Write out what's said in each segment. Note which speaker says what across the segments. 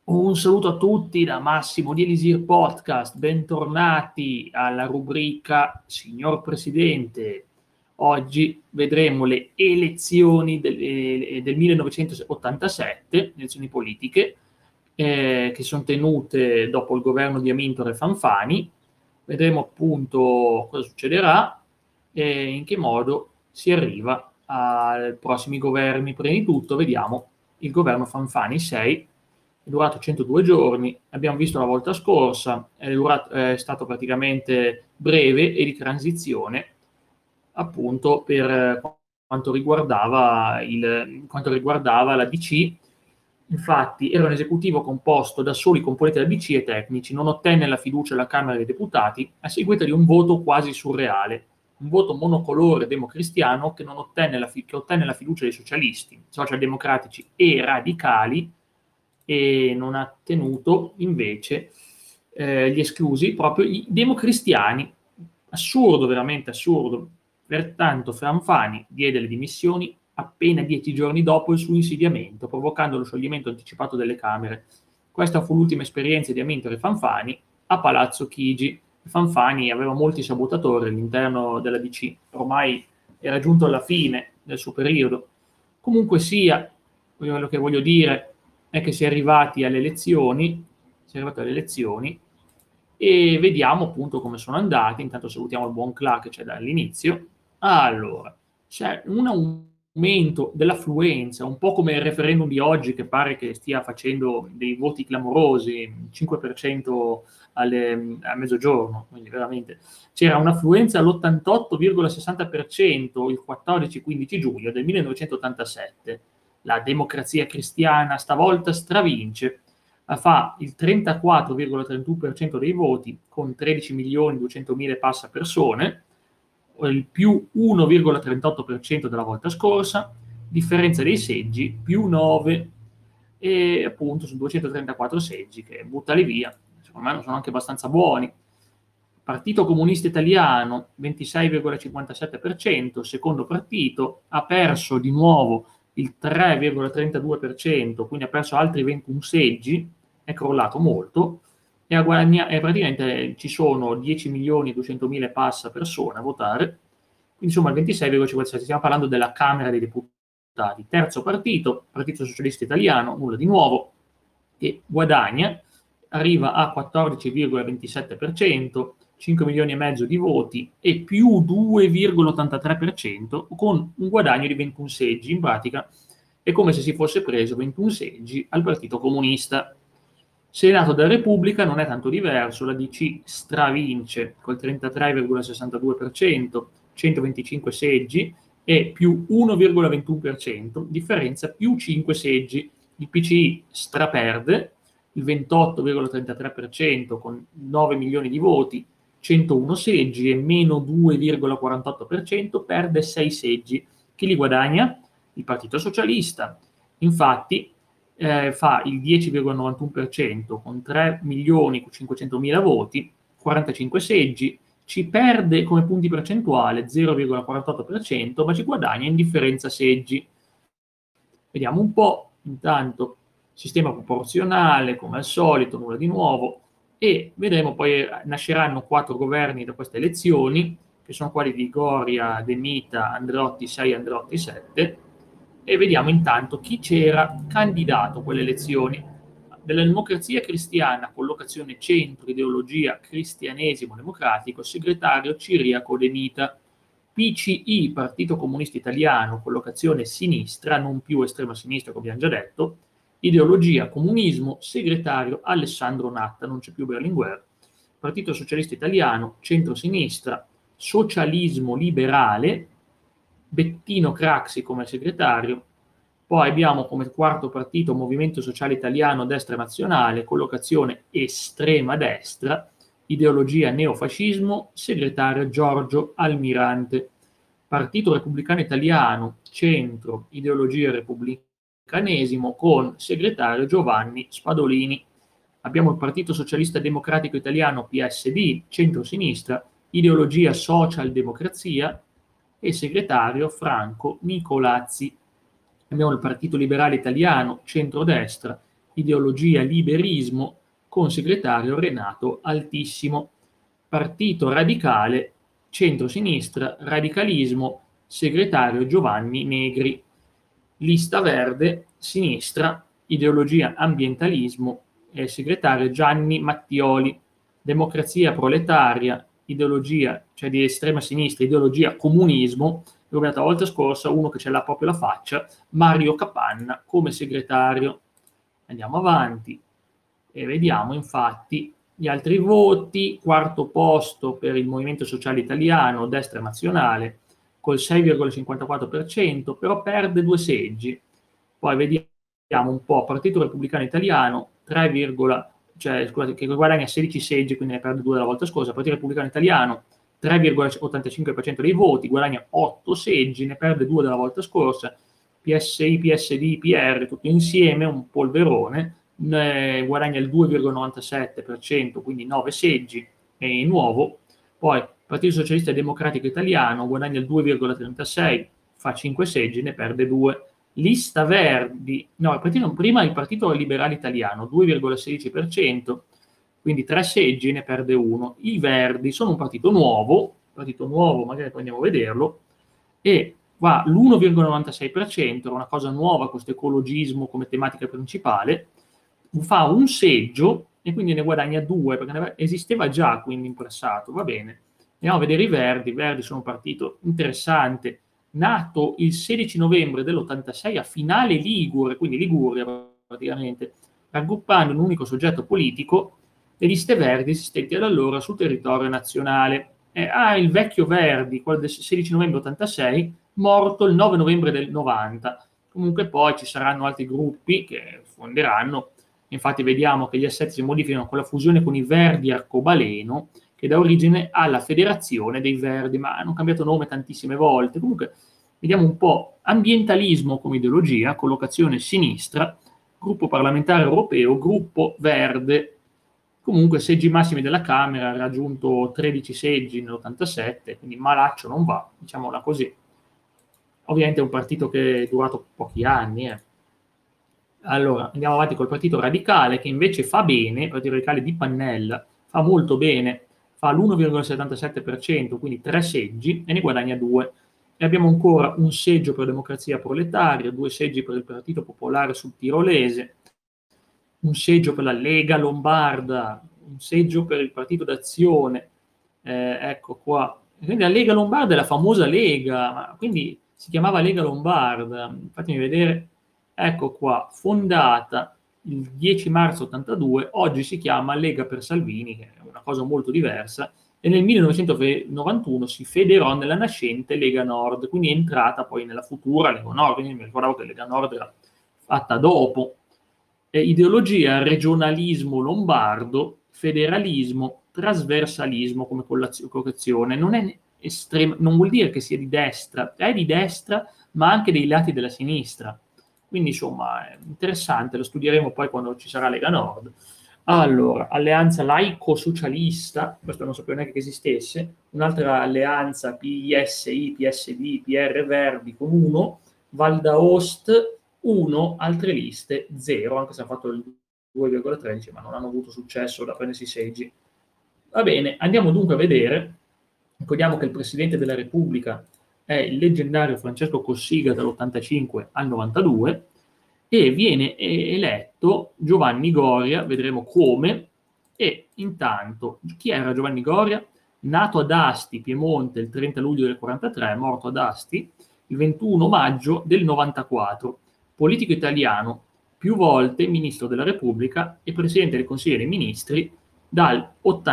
Speaker 1: Un saluto a tutti da Massimo di Elisir Podcast, bentornati alla rubrica Signor Presidente. Oggi vedremo le elezioni del 1987, elezioni politiche, che sono tenute dopo il governo di Amintore Fanfani. Vedremo appunto cosa succederà e in che modo si arriva ai prossimi governi. Prima di tutto vediamo il governo Fanfani 6, è durato 102 giorni, abbiamo visto la volta scorsa, è stato praticamente breve e di transizione, appunto per quanto riguardava la DC. Infatti era un esecutivo composto da soli componenti della DC e tecnici, non ottenne la fiducia alla Camera dei Deputati a seguito di un voto quasi surreale, un voto monocolore democristiano che ottenne la fiducia dei socialisti, socialdemocratici e radicali, e non ha tenuto invece gli esclusi proprio i democristiani. Assurdo, veramente assurdo. Pertanto Fanfani diede le dimissioni appena 10 giorni dopo il suo insediamento, provocando lo scioglimento anticipato delle Camere. Questa fu l'ultima esperienza di Amintore Fanfani a Palazzo Chigi. Fanfani aveva molti sabotatori all'interno della DC, ormai era giunto alla fine del suo periodo. Comunque sia, quello che voglio dire è che si è arrivati alle elezioni, e vediamo appunto come sono andati. Intanto salutiamo il buon Cla che c'è dall'inizio. Allora, c'è un aumento dell'affluenza, un po' come il referendum di oggi che pare che stia facendo dei voti clamorosi, 5% a mezzogiorno, quindi veramente c'era un'affluenza all'88,60% il 14-15 giugno del 1987. La Democrazia Cristiana stavolta stravince, fa il 34,31% dei voti con 13.200.000 passa persone, il più 1,38% della volta scorsa, differenza dei seggi più 9, e appunto su 234 seggi che buttali via, secondo me sono anche abbastanza buoni. Partito Comunista Italiano 26,57%, secondo partito, ha perso di nuovo il 3,32%, quindi ha perso altri 21 seggi, è crollato molto, e praticamente ci sono 10.200.000 passa persone a votare, quindi insomma il 26,57%, stiamo parlando della Camera dei Deputati. Terzo partito, Partito Socialista Italiano, nulla di nuovo, e guadagna, arriva a 14,27%, 5 milioni e mezzo di voti e più 2,83% con un guadagno di 21 seggi. In pratica è come se si fosse preso 21 seggi al Partito Comunista. Senato della Repubblica non è tanto diverso, la DC stravince col 33,62%, 125 seggi e più 1,21%, differenza più 5 seggi. Il PCI straperde il 28,33% con 9 milioni di voti, 101 seggi e meno 2,48%, perde 6 seggi. Chi li guadagna? Il Partito Socialista. Infatti fa il 10,91% con 3.500.000 voti, 45 seggi, ci perde come punti percentuale 0,48%, ma ci guadagna in differenza seggi. Vediamo un po', intanto sistema proporzionale, come al solito, nulla di nuovo, e vedremo poi nasceranno 4 governi da queste elezioni, che sono quelli di Goria, De Mita, Andreotti 6 e Andreotti 7, e vediamo intanto chi c'era candidato a quelle elezioni. Della Democrazia Cristiana, collocazione centro, ideologia cristianesimo democratico, segretario Ciriaco De Mita. PCI, Partito Comunista Italiano, collocazione sinistra, non più estrema sinistra come abbiamo già detto, ideologia comunismo, segretario Alessandro Natta, non c'è più Berlinguer. Partito Socialista Italiano, centro-sinistra, socialismo liberale, Bettino Craxi come segretario. Poi abbiamo come quarto partito Movimento Sociale Italiano Destra Nazionale, collocazione estrema destra, ideologia neofascismo, segretario Giorgio Almirante. Partito Repubblicano Italiano, centro, ideologia repubblicanesimo, con segretario Giovanni Spadolini. Abbiamo il Partito Socialista Democratico Italiano PSD, centro-sinistra, ideologia socialdemocrazia, e segretario Franco Nicolazzi. Abbiamo il Partito Liberale Italiano, centrodestra, ideologia liberismo, con segretario Renato Altissimo. Partito Radicale, centro-sinistra, radicalismo, segretario Giovanni Negri. Lista Verde, sinistra, ideologia ambientalismo, segretario Gianni Mattioli. Democrazia proletaria, ideologia, cioè di estrema sinistra, ideologia comunismo, come la volta scorsa, uno che ce l'ha proprio la faccia, Mario Capanna come segretario. Andiamo avanti e vediamo infatti gli altri voti. Quarto posto per il Movimento Sociale Italiano, Destra Nazionale, col 6,54%, però perde 2 seggi. Poi vediamo un po', Partito Repubblicano Italiano, che guadagna 16 seggi, quindi ne perde 2 dalla volta scorsa. Partito Repubblicano Italiano, 3,85% dei voti, guadagna 8 seggi, ne perde 2 dalla volta scorsa. PSI, PSD, PR, tutto insieme, un polverone, guadagna il 2,97%, quindi 9 seggi, è nuovo. Poi Partito Socialista Democratico Italiano guadagna il 2,36%, fa 5 seggi, ne perde 2. Lista Verdi, prima il Partito Liberale Italiano, 2,16%, quindi 3 seggi, ne perde 1. I Verdi sono un partito nuovo, magari poi andiamo a vederlo, e va l'1,96%, era una cosa nuova, questo ecologismo come tematica principale, fa un seggio e quindi ne guadagna 2, perché esisteva già quindi in passato, va bene. Andiamo a vedere i Verdi. I Verdi sono un partito interessante, nato il 16 novembre dell'86 a Finale Ligure, quindi Liguria praticamente, raggruppando in un unico soggetto politico le liste verdi esistenti da allora sul territorio nazionale. Il vecchio Verdi, quello del 16 novembre 86, morto il 9 novembre del 90. Comunque poi ci saranno altri gruppi che fonderanno. Infatti vediamo che gli assetti si modificano con la fusione con i Verdi Arcobaleno, che dà origine alla Federazione dei Verdi, ma hanno cambiato nome tantissime volte. Comunque vediamo un po': ambientalismo come ideologia, collocazione sinistra, gruppo parlamentare europeo, gruppo verde. Comunque seggi massimi della Camera, ha raggiunto 13 seggi nell'87, quindi malaccio non va, diciamola così. Ovviamente è un partito che è durato pochi anni. Allora, andiamo avanti col Partito Radicale, che invece fa bene, il Partito Radicale di Pannella, fa molto bene, fa l'1,77%, quindi 3 seggi, e ne guadagna 2. E abbiamo ancora un seggio per Democrazia Proletaria, 2 seggi per il Partito Popolare Sul Tirolese, un seggio per la Lega Lombarda, un seggio per il Partito d'Azione, ecco qua. Quindi la Lega Lombarda è la famosa Lega, quindi si chiamava Lega Lombarda. Fatemi vedere, ecco qua, fondata il 10 marzo 82, oggi si chiama Lega per Salvini, che è una cosa molto diversa, e nel 1991 si federò nella nascente Lega Nord, quindi è entrata poi nella futura Lega Nord. Quindi mi ricordavo che Lega Nord era fatta dopo. Ideologia regionalismo lombardo, federalismo, trasversalismo come collocazione. Non vuol dire che sia di destra, è di destra, ma anche dei lati della sinistra. Quindi insomma è interessante, lo studieremo poi quando ci sarà Lega Nord. Allora, alleanza laico-socialista, questo non sapevo neanche che esistesse, un'altra alleanza PSI, PSD, PR Verdi con 1, Val d'Aosta 1, altre liste 0, anche se hanno fatto il 2,13, ma non hanno avuto successo da prendersi i seggi. Va bene, andiamo dunque a vedere. Ricordiamo che il Presidente della Repubblica è il leggendario Francesco Cossiga dall'85 al 92 e viene eletto Giovanni Goria, vedremo come. E intanto, chi era Giovanni Goria? Nato ad Asti, Piemonte, il 30 luglio del 43, morto ad Asti il 21 maggio del 94. Politico italiano, più volte Ministro della Repubblica e Presidente del Consiglio dei Ministri dal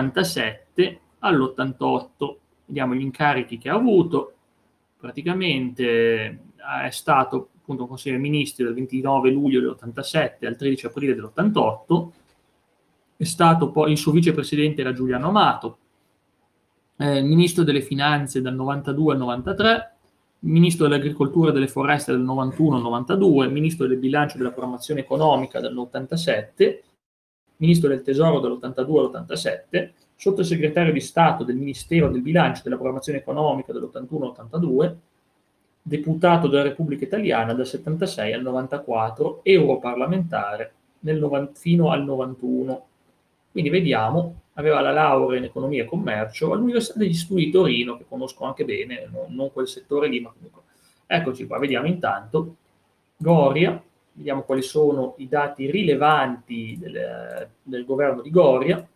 Speaker 1: 87 all'88. Vediamo gli incarichi che ha avuto. Praticamente è stato appunto Consigliere dei Ministri dal 29 luglio dell'87 al 13 aprile dell'88. È stato poi il suo vicepresidente era Giuliano Amato, Ministro delle Finanze dal 92 al 93, Ministro dell'Agricoltura e delle Foreste dal 91 al 92, Ministro del Bilancio e della Programmazione Economica dall'87, Ministro del Tesoro dall'82 all'87, Sottosegretario di Stato del Ministero del Bilancio e della Programmazione Economica dall'81 all'82, Deputato della Repubblica Italiana dal 76 al 94, Europarlamentare fino al 91. Quindi vediamo, aveva la laurea in economia e commercio all'Università degli Studi di Torino, che conosco anche bene, non quel settore lì, ma comunque. Eccoci qua, vediamo intanto Goria, vediamo quali sono i dati rilevanti del governo di Goria.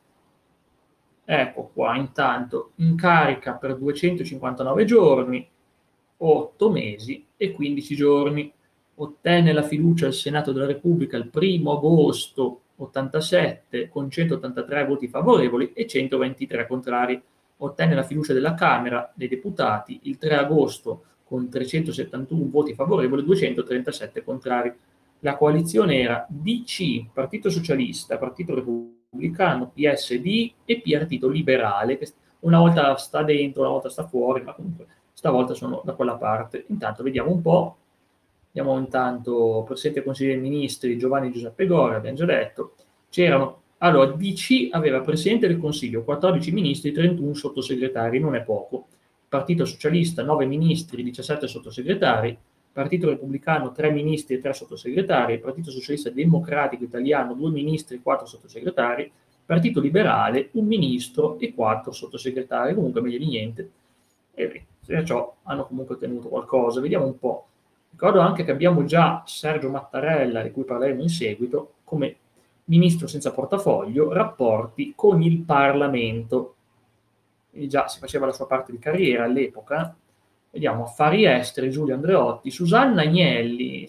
Speaker 1: Ecco qua, intanto, in carica per 259 giorni, 8 mesi e 15 giorni. Ottenne la fiducia al Senato della Repubblica il 1 agosto 87 con 183 voti favorevoli e 123 contrari. Ottenne la fiducia della Camera dei Deputati il 3 agosto con 371 voti favorevoli e 237 contrari. La coalizione era DC, Partito Socialista, Partito Repubblicano, PSD e Partito Liberale, che una volta sta dentro, una volta sta fuori, ma comunque stavolta sono da quella parte. Intanto vediamo un po'. Abbiamo intanto Presidente del Consiglio dei Ministri Giovanni Giuseppe Goria, abbiamo già detto. Allora, DC aveva Presidente del Consiglio, 14 ministri, 31 sottosegretari, non è poco. Partito Socialista, 9 ministri, 17 sottosegretari. Partito Repubblicano, 3 ministri e 3 sottosegretari. Partito Socialista Democratico Italiano, 2 ministri e 4 sottosegretari. Partito Liberale, 1 ministro e 4 sottosegretari, comunque meglio di niente. E perciò hanno comunque ottenuto qualcosa. Vediamo un po'. Ricordo anche che abbiamo già Sergio Mattarella, di cui parleremo in seguito, come ministro senza portafoglio, rapporti con il Parlamento. E già si faceva la sua parte di carriera all'epoca. Vediamo affari esteri, Giulio Andreotti, Susanna Agnelli,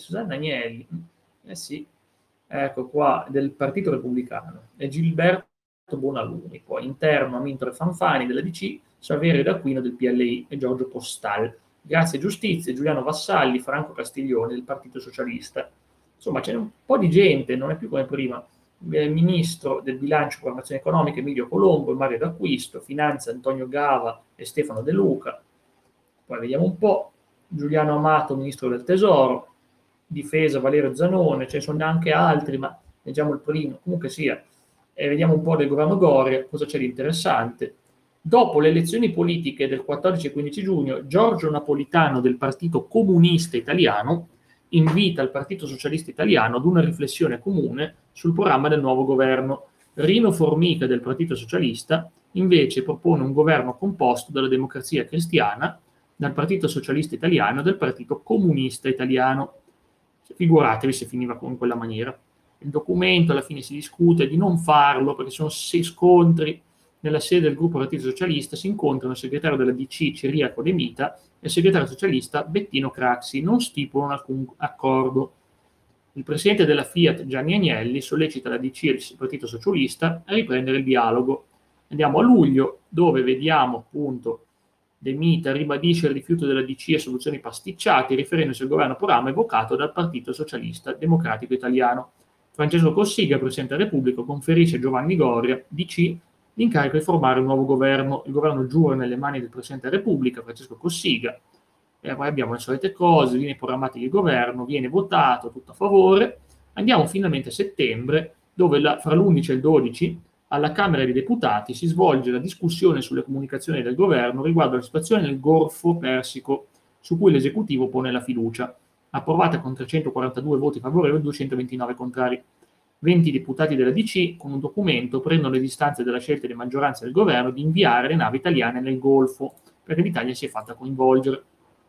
Speaker 1: sì, ecco qua, del Partito Repubblicano, e Gilberto Buonaluni, poi interno Amintore Fanfani della DC, Saverio D'Aquino del PLI e Giorgio Postal. Grazia e Giustizia, Giuliano Vassalli, Franco Castiglione del Partito Socialista. Insomma, c'è un po' di gente, non è più come prima. Ministro del Bilancio e Programmazione Economica Emilio Colombo e Mario D'Acquisto, Finanza Antonio Gava e Stefano De Luca. Poi vediamo un po', Giuliano Amato, Ministro del Tesoro, Difesa Valerio Zanone, ce ne sono anche altri, ma leggiamo il primo, comunque sia. E vediamo un po' del governo Goria, cosa c'è di interessante. Dopo le elezioni politiche del 14 e 15 giugno, Giorgio Napolitano del Partito Comunista Italiano invita il Partito Socialista Italiano ad una riflessione comune sul programma del nuovo governo. Rino Formica del Partito Socialista invece propone un governo composto dalla Democrazia Cristiana, dal Partito Socialista Italiano e dal Partito Comunista Italiano. Figuratevi se finiva in quella maniera. Il documento alla fine si discute di non farlo perché sono 6 scontri. Nella sede del gruppo Partito Socialista si incontrano il segretario della DC Ciriaco De Mita e il segretario socialista Bettino Craxi, non stipulano alcun accordo. Il presidente della Fiat Gianni Agnelli sollecita la DC e il Partito Socialista a riprendere il dialogo. Andiamo a luglio, dove vediamo appunto De Mita ribadisce il rifiuto della DC e soluzioni pasticciate, riferendosi al governo programma evocato dal Partito Socialista Democratico Italiano. Francesco Cossiga, Presidente della Repubblica, conferisce a Giovanni Goria, DC, l'incarico di formare un nuovo governo. Il governo giura nelle mani del Presidente della Repubblica, Francesco Cossiga. E poi abbiamo le solite cose, linee programmatiche di governo, viene votato, tutto a favore. Andiamo finalmente a settembre, dove fra l'11 e il 12 alla Camera dei Deputati si svolge la discussione sulle comunicazioni del governo riguardo alla situazione nel Golfo Persico, su cui l'esecutivo pone la fiducia. Approvata con 342 voti favorevoli e 229 contrari. 20 deputati della DC, con un documento, prendono le distanze dalla scelta di maggioranza del governo di inviare le navi italiane nel Golfo, perché l'Italia si è fatta coinvolgere.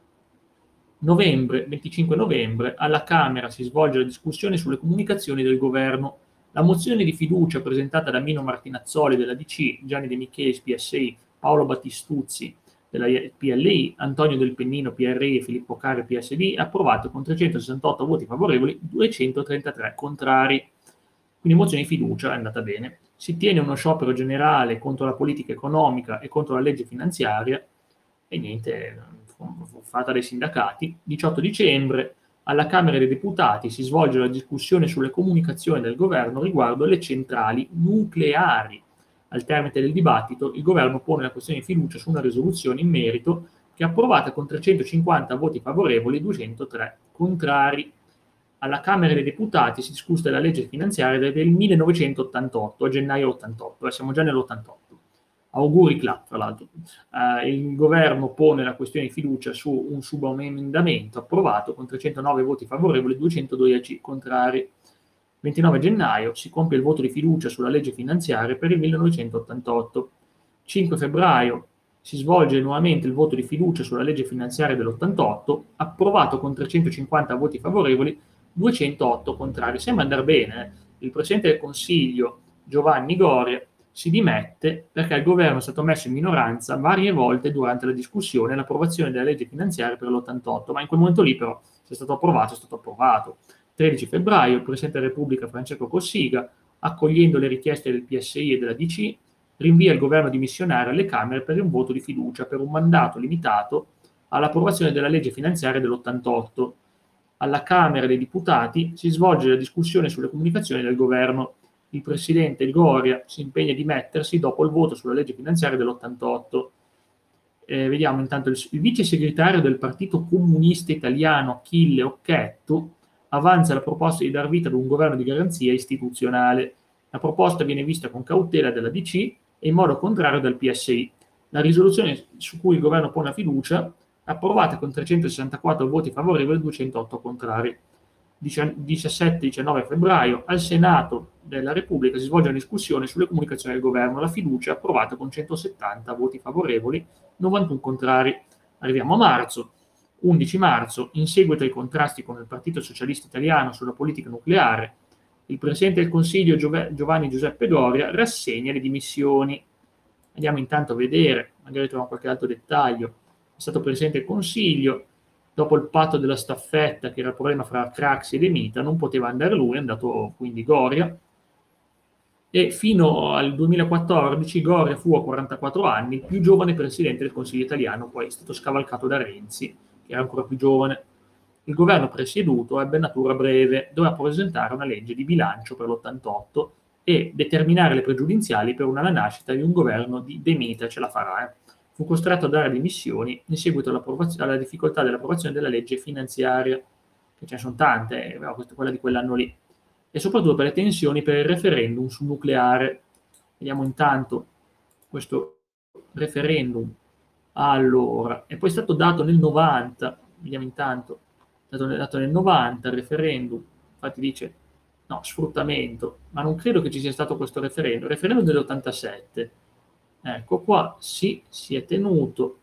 Speaker 1: 25 novembre, alla Camera si svolge la discussione sulle comunicazioni del governo. La mozione di fiducia presentata da Mino Martinazzoli della DC, Gianni De Michelis PSI, Paolo Battistuzzi della PLI, Antonio Del Pennino PRI e Filippo Cari PSD, approvato con 368 voti favorevoli, 233 contrari. Quindi mozione di fiducia è andata bene. Si tiene uno sciopero generale contro la politica economica e contro la legge finanziaria e niente, fatta dai sindacati. 18 dicembre alla Camera dei Deputati si svolge la discussione sulle comunicazioni del governo riguardo le centrali nucleari. Al termine del dibattito, il governo pone la questione di fiducia su una risoluzione in merito che è approvata con 350 voti favorevoli e 203 contrari. Alla Camera dei Deputati si discute della legge finanziaria del 1988, a gennaio 88, siamo già nell'88. Auguri Club, tra l'altro. Il governo pone la questione di fiducia su un subemendamento approvato con 309 voti favorevoli e 212 contrari. 29 gennaio si compie il voto di fiducia sulla legge finanziaria per il 1988. 5 febbraio si svolge nuovamente il voto di fiducia sulla legge finanziaria dell'88, approvato con 350 voti favorevoli, 208 contrari. Sembra andare bene. Il Presidente del Consiglio, Giovanni Goria, si dimette perché il governo è stato messo in minoranza varie volte durante la discussione e l'approvazione della legge finanziaria per l'88, ma in quel momento lì però, se è stato approvato, è stato approvato. 13 febbraio il Presidente della Repubblica Francesco Cossiga, accogliendo le richieste del PSI e della DC, rinvia il governo dimissionario alle Camere per un voto di fiducia per un mandato limitato all'approvazione della legge finanziaria dell'88. Alla Camera dei Deputati si svolge la discussione sulle comunicazioni del governo. Il Presidente Goria si impegna a dimettersi dopo il voto sulla legge finanziaria dell'88. Vediamo intanto il vice segretario del Partito Comunista Italiano Achille Occhetto avanza la proposta di dar vita ad un governo di garanzia istituzionale. La proposta viene vista con cautela dalla DC e in modo contrario dal PSI. La risoluzione su cui il governo pone la fiducia, approvata con 364 voti favorevoli e 208 contrari. 17-19 febbraio al Senato della Repubblica si svolge una discussione sulle comunicazioni del governo. La fiducia è approvata con 170 voti favorevoli, 91 contrari. Arriviamo a marzo. 11 marzo, in seguito ai contrasti con il Partito Socialista Italiano sulla politica nucleare, il Presidente del Consiglio Giovanni Giuseppe Goria rassegna le dimissioni. Andiamo intanto a vedere, magari troviamo qualche altro dettaglio. È stato Presidente del Consiglio, dopo il patto della staffetta, che era il problema fra Craxi e De Mita, non poteva andare lui, è andato quindi Goria, e fino al 2014 Goria fu a 44 anni il più giovane Presidente del Consiglio italiano, poi è stato scavalcato da Renzi, che era ancora più giovane. Il governo presieduto ebbe natura breve, doveva presentare una legge di bilancio per l'88 e determinare le pregiudiziali per una nascita di un governo di De Mita, ce la farà. Fu costretto a dare dimissioni in seguito alla difficoltà dell'approvazione della legge finanziaria, che ce ne sono tante, questa è quella di quell'anno lì, e soprattutto per le tensioni per il referendum sul nucleare. Vediamo intanto questo referendum. Allora, è poi stato dato nel 90, vediamo intanto, è stato dato nel 90 il referendum, infatti dice no, sfruttamento, ma non credo che ci sia stato questo referendum, il referendum dell'87, ecco qua, sì, si è tenuto,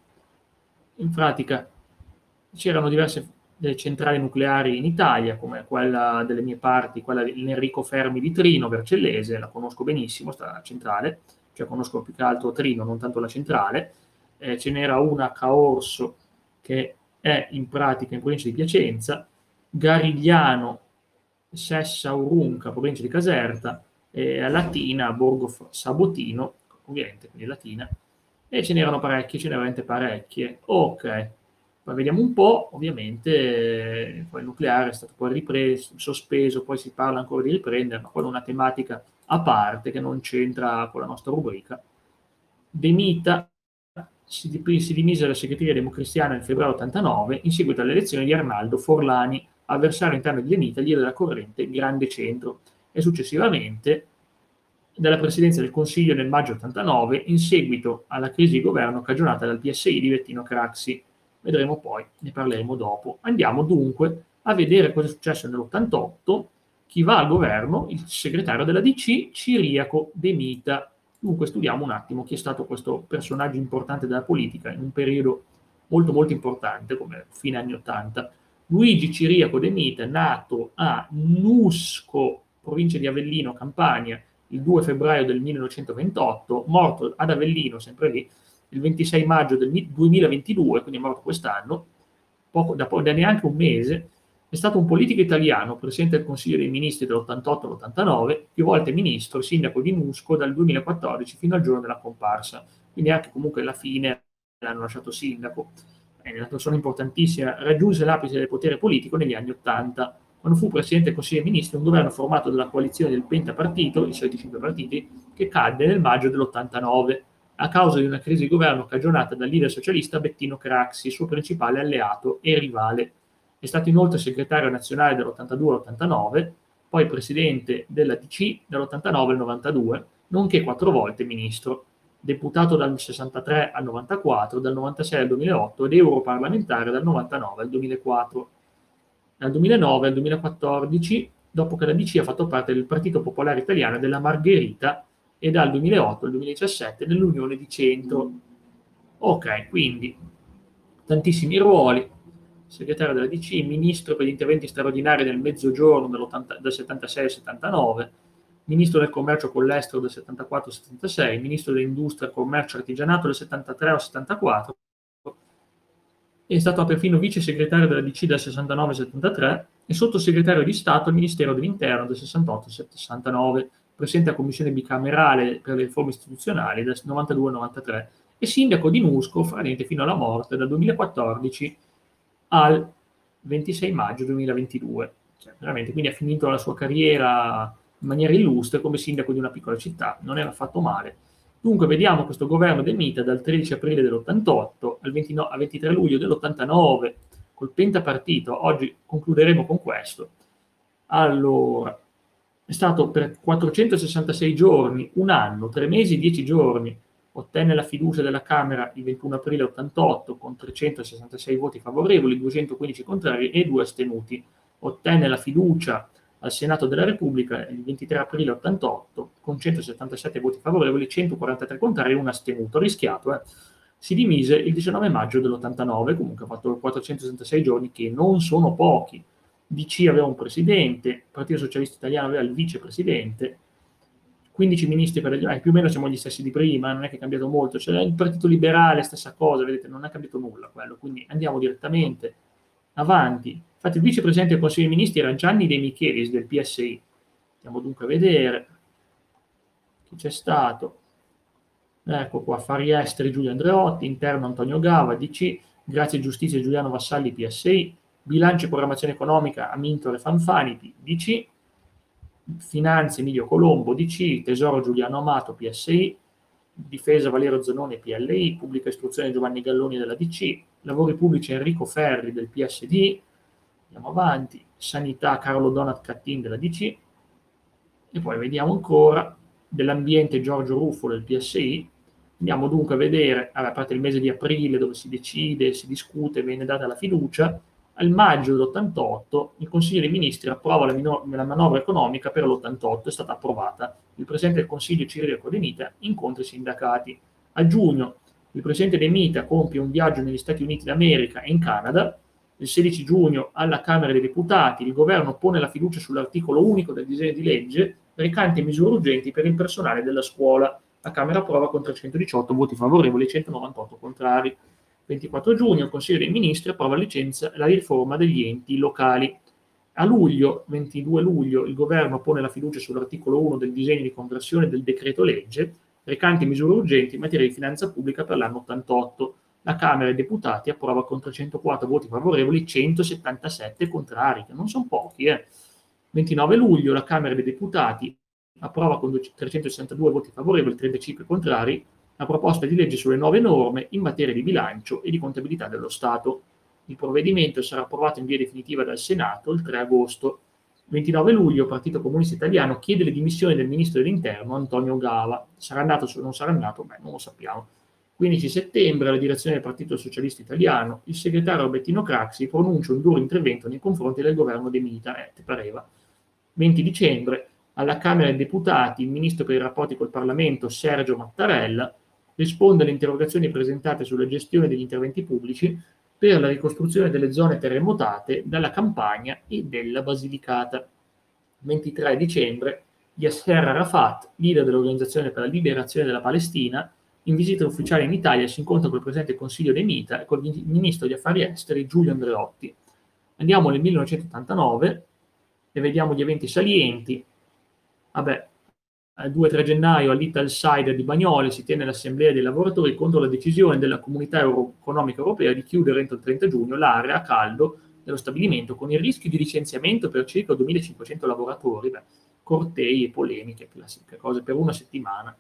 Speaker 1: in pratica c'erano diverse delle centrali nucleari in Italia, come quella delle mie parti, quella di Enrico Fermi di Trino, Vercellese, la conosco benissimo, sta centrale, cioè conosco più che altro Trino, non tanto la centrale. Ce n'era una a Caorso, che è in pratica in provincia di Piacenza, Garigliano, Sessa Urunca, provincia di Caserta, e Latina, Borgo Sabotino, ovviamente, quindi Latina, e ce n'erano parecchie, ce n'erano veramente parecchie. Ok, poi vediamo un po', ovviamente, poi il nucleare è stato poi ripreso, sospeso, poi si parla ancora di riprendere, ma quella è una tematica a parte che non c'entra con la nostra rubrica. De Mita si dimise dalla segreteria democristiana nel febbraio 89 in seguito alle elezioni di Arnaldo Forlani, avversario interno di De Mita, leader della corrente Grande Centro, e successivamente dalla presidenza del Consiglio nel maggio 89 in seguito alla crisi di governo cagionata dal PSI di Bettino Craxi. Vedremo poi, ne parleremo dopo. Andiamo dunque a vedere cosa è successo nell'88, chi va al governo, il segretario della DC, Ciriaco De Mita. Dunque studiamo un attimo chi è stato questo personaggio importante della politica in un periodo molto molto importante come fine anni 80. Luigi Ciriaco De Mita, nato a Nusco, provincia di Avellino, Campania, il 2 febbraio del 1928, morto ad Avellino, sempre lì, il 26 maggio del 2022, quindi è morto quest'anno, da neanche un mese. È stato un politico italiano, presidente del Consiglio dei Ministri dall'88 all'89, più volte ministro e sindaco di Nusco dal 2014 fino al giorno della comparsa. Quindi anche comunque alla fine l'hanno lasciato sindaco. È una persona importantissima. Raggiunse l'apice del potere politico negli anni 80, quando fu presidente del Consiglio dei Ministri, un governo formato dalla coalizione del pentapartito, i soliti 5 partiti, che cadde nel maggio dell'89 a causa di una crisi di governo cagionata dal leader socialista Bettino Craxi, suo principale alleato e rivale. È stato inoltre segretario nazionale dall'82 all'89, poi presidente della DC dall'89 al 92, nonché 4 volte ministro, deputato dal 63 al 94, dal 96 al 2008 ed europarlamentare dal 99 al 2004. Dal 2009 al 2014 dopo che la DC ha fatto parte del Partito Popolare Italiano della Margherita e dal 2008 al 2017 dell'Unione di Centro. Ok, quindi tantissimi ruoli: segretario della DC, ministro per gli interventi straordinari del Mezzogiorno dal 76 al 79, ministro del commercio con l'estero dal 74 al 76, ministro dell'industria, commercio e artigianato dal 73 al 74, è stato perfino vice segretario della DC dal 69 al 73 e sottosegretario di Stato al Ministero dell'Interno dal 68 al 69, presidente della Commissione bicamerale per le riforme istituzionali dal 92 al 93 e sindaco di Nusco fino alla morte dal 2014 al 26 maggio 2022. Cioè, veramente, quindi ha finito la sua carriera in maniera illustre come sindaco di una piccola città, non era affatto male. Dunque vediamo questo governo De Mita dal 13 aprile dell'88 al 23 luglio dell'89 col pentapartito. Oggi concluderemo con questo. Allora, è stato per 466 giorni, un anno, 3 mesi, 10 giorni. Ottenne la fiducia della Camera il 21 aprile 88 con 366 voti favorevoli, 215 contrari e 2 astenuti. Ottenne la fiducia al Senato della Repubblica il 23 aprile 88 con 177 voti favorevoli, 143 contrari e un astenuto. Rischiato, Si dimise il 19 maggio dell'89, comunque ha fatto 466 giorni, che non sono pochi. DC aveva un presidente, il Partito Socialista Italiano aveva il vicepresidente, 15 ministri per più o meno siamo gli stessi di prima, non è che è cambiato molto. Cioè, il Partito Liberale, stessa cosa, vedete, non è cambiato nulla quello, quindi andiamo direttamente avanti. Infatti il vicepresidente del Consiglio dei Ministri era Gianni De Michelis del PSI. Andiamo dunque a vedere chi c'è stato. Ecco qua, affari esteri Giulio Andreotti, interno Antonio Gava, DC, grazia e giustizia Giuliano Vassalli, PSI, bilancio e programmazione economica Amintore Fanfani, DC, finanze Emilio Colombo, DC, tesoro Giuliano Amato, PSI, difesa Valerio Zanoni, PLI, pubblica istruzione Giovanni Galloni della DC, lavori pubblici Enrico Ferri del PSD, andiamo avanti, sanità Carlo Donat Cattin della DC, e poi vediamo ancora dell'ambiente Giorgio Ruffo del PSI. Andiamo dunque a vedere, a parte il mese di aprile dove si decide, si discute, viene data la fiducia. Al maggio dell'88 il Consiglio dei Ministri approva la manovra economica per l'88, è stata approvata. Il Presidente del Consiglio Ciriaco De Mita incontra i sindacati. A giugno il Presidente De Mita compie un viaggio negli Stati Uniti d'America e in Canada. Il 16 giugno alla Camera dei Deputati il governo pone la fiducia sull'articolo unico del disegno di legge recante misure urgenti per il personale della scuola. La Camera approva con 318 voti favorevoli e 198 contrari. 24 giugno il Consiglio dei Ministri approva la riforma degli enti locali. A luglio, 22 luglio, il governo pone la fiducia sull'articolo 1 del disegno di conversione del decreto legge recante misure urgenti in materia di finanza pubblica per l'anno 88. La Camera dei Deputati approva con 304 voti favorevoli, 177 contrari, che non sono pochi. 29 luglio la Camera dei Deputati approva con 362 voti favorevoli, 35 contrari, la proposta di legge sulle nuove norme in materia di bilancio e di contabilità dello Stato. Il provvedimento sarà approvato in via definitiva dal Senato il 3 agosto. 29 luglio il Partito Comunista Italiano chiede le dimissioni del Ministro dell'Interno Antonio Gava. Sarà andato o non sarà andato? Beh, non lo sappiamo. 15 settembre, alla direzione del Partito Socialista Italiano, il segretario Bettino Craxi pronuncia un duro intervento nei confronti del governo De Mita, ti pareva. 20 dicembre, alla Camera dei Deputati, il Ministro per i rapporti col Parlamento, Sergio Mattarella, risponde alle interrogazioni presentate sulla gestione degli interventi pubblici per la ricostruzione delle zone terremotate dalla Campania e della Basilicata. 23 dicembre, Yasser Arafat, leader dell'Organizzazione per la Liberazione della Palestina, in visita ufficiale in Italia si incontra col Presidente del Consiglio De Mita e col Ministro degli Affari Esteri Giulio Andreotti. Andiamo nel 1989 e vediamo gli eventi salienti. Vabbè, il 2-3 gennaio all'Italside di Bagnoli si tiene l'assemblea dei lavoratori contro la decisione della Comunità Economica Europea di chiudere entro il 30 giugno l'area a caldo dello stabilimento con il rischio di licenziamento per circa 2.500 lavoratori. Cortei e polemiche, classiche cose, per una settimana.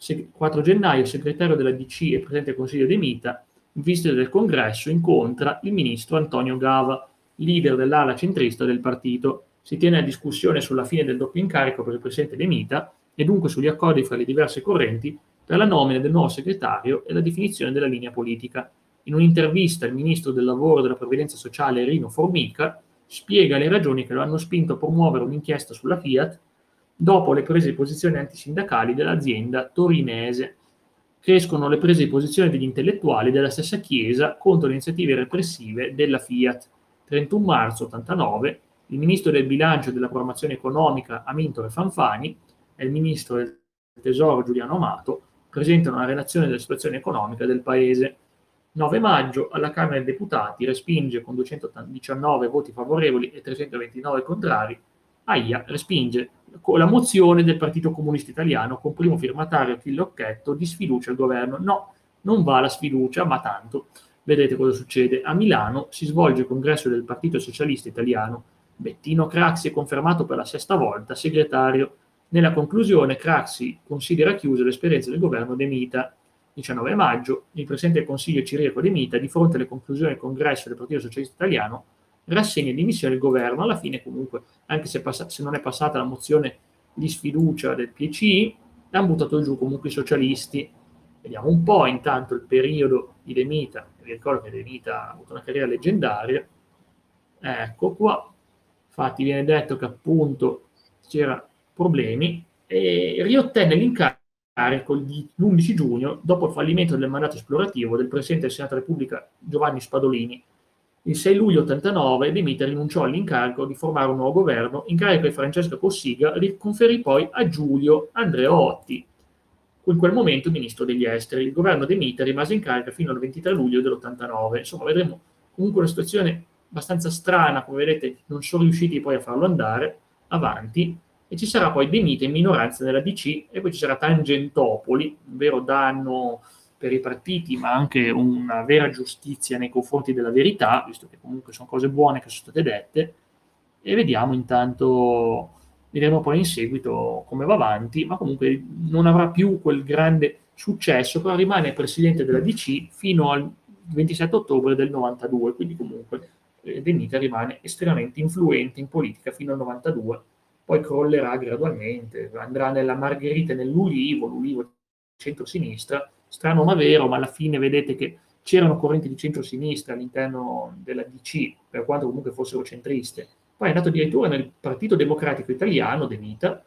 Speaker 1: 4 gennaio il segretario della DC e presidente del Consiglio De Mita, in visita del congresso, incontra il ministro Antonio Gava, leader dell'ala centrista del partito. Si tiene la discussione sulla fine del doppio incarico per il presidente De Mita e dunque sugli accordi fra le diverse correnti per la nomina del nuovo segretario e la definizione della linea politica. In un'intervista il ministro del lavoro e della previdenza sociale Rino Formica spiega le ragioni che lo hanno spinto a promuovere un'inchiesta sulla Fiat dopo le prese di posizione antisindacali dell'azienda torinese. Crescono le prese di posizione degli intellettuali della stessa Chiesa contro le iniziative repressive della Fiat. 31 marzo 89, il ministro del bilancio e della programmazione economica Amintore Fanfani e il ministro del tesoro Giuliano Amato presentano una relazione della situazione economica del paese. 9 maggio, alla Camera dei Deputati respinge con 219 voti favorevoli e 329 contrari. Respinge con la mozione del Partito Comunista Italiano con primo firmatario Achille Occhetto di sfiducia al governo. No, non va la sfiducia, ma tanto. Vedete cosa succede. A Milano si svolge il congresso del Partito Socialista Italiano. Bettino Craxi è confermato per la 6ª volta segretario. Nella conclusione Craxi considera chiusa l'esperienza del governo De Mita. 19 maggio, il Presidente del Consiglio Ciriaco De Mita, di fronte alle conclusioni del congresso del Partito Socialista Italiano, rassegna dimissioni del governo. Alla fine comunque, anche se non è passata la mozione di sfiducia del PCI, hanno buttato giù comunque i socialisti. Vediamo un po' intanto il periodo di De Mita. Vi ricordo che De Mita ha avuto una carriera leggendaria. Ecco qua. Infatti viene detto che appunto c'erano problemi e riottenne l'incarico l'11 giugno dopo il fallimento del mandato esplorativo del Presidente del Senato della Repubblica Giovanni Spadolini. Il 6 luglio 89 De Mita rinunciò all'incarico di formare un nuovo governo, incarico di Francesco Cossiga riconferì poi a Giulio Andreotti, in quel momento ministro degli esteri. Il governo De Mita rimase in carica fino al 23 luglio dell'89. Insomma, vedremo comunque una situazione abbastanza strana, come vedete non sono riusciti poi a farlo andare avanti, e ci sarà poi De Mita in minoranza nella DC, e poi ci sarà Tangentopoli, un vero danno per i partiti, ma anche una vera giustizia nei confronti della verità, visto che comunque sono cose buone che sono state dette, e vediamo intanto, vedremo poi in seguito come va avanti, ma comunque non avrà più quel grande successo, però rimane presidente della DC fino al 27 ottobre del 92, quindi comunque De Mita rimane estremamente influente in politica fino al 92, poi crollerà gradualmente, andrà nella Margherita e nell'Ulivo, l'Ulivo centro-sinistra, strano ma vero, ma alla fine vedete che c'erano correnti di centro-sinistra all'interno della DC, per quanto comunque fossero centriste. Poi è andato addirittura nel Partito Democratico Italiano, De Mita,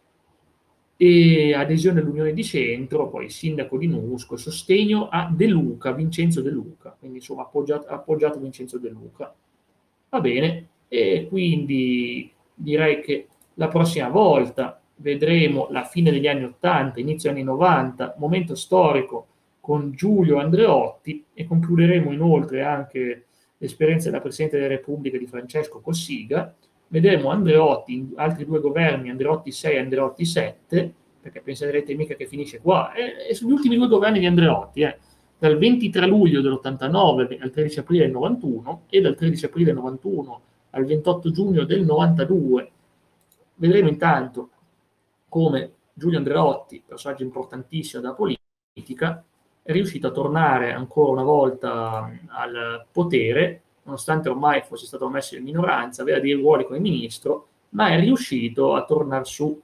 Speaker 1: e adesione all'Unione di Centro, poi sindaco di Nusco, sostegno a De Luca, Vincenzo De Luca, quindi insomma appoggiato Vincenzo De Luca. Va bene, e quindi direi che la prossima volta vedremo la fine degli anni 80, inizio anni 90, momento storico con Giulio Andreotti, e concluderemo inoltre anche l'esperienza della Presidente della Repubblica di Francesco Cossiga. Vedremo Andreotti in altri 2 governi, Andreotti 6 e Andreotti 7, perché penserete mica che finisce qua, e sugli ultimi 2 governi di Andreotti, dal 23 luglio dell'89 al 13 aprile del 91 e dal 13 aprile del 91 al 28 giugno del 92. Vedremo intanto come Giulio Andreotti, personaggio importantissimo della politica, è riuscito a tornare ancora una volta al potere, nonostante ormai fosse stato messo in minoranza, aveva dei ruoli come ministro, ma è riuscito a tornare su,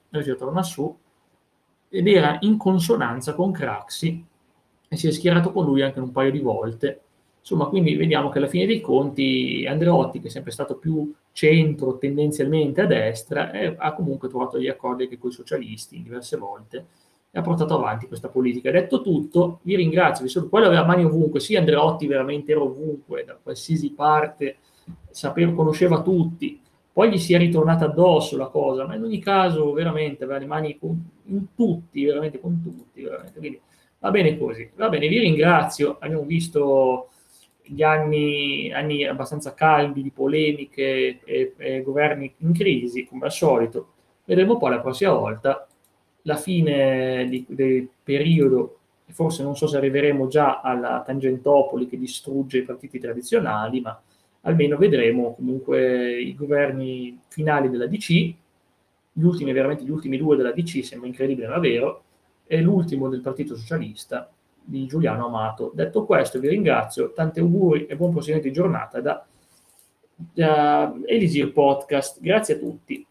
Speaker 1: ed era in consonanza con Craxi, e si è schierato con lui anche un paio di volte. Insomma, quindi vediamo che alla fine dei conti Andreotti, che è sempre stato più centro, tendenzialmente a destra, ha comunque trovato gli accordi anche con i socialisti diverse volte e ha portato avanti questa politica. Detto tutto, vi ringrazio, quello aveva mani ovunque, sì, Andreotti veramente era ovunque, da qualsiasi parte, conosceva tutti, poi gli si è ritornata addosso la cosa, ma in ogni caso veramente aveva le mani in tutti, veramente con tutti, veramente. Quindi va bene così, va bene, vi ringrazio, abbiamo visto gli anni abbastanza caldi di polemiche e governi in crisi, come al solito. Vedremo poi la prossima volta la fine del periodo, e forse non so se arriveremo già alla Tangentopoli che distrugge i partiti tradizionali, ma almeno vedremo comunque i governi finali della DC, gli ultimi 2 della DC, sembra incredibile ma vero, e l'ultimo del Partito Socialista di Giuliano Amato. Detto questo, vi ringrazio, tanti auguri e buon proseguimento di giornata da Elisir Podcast. Grazie a tutti.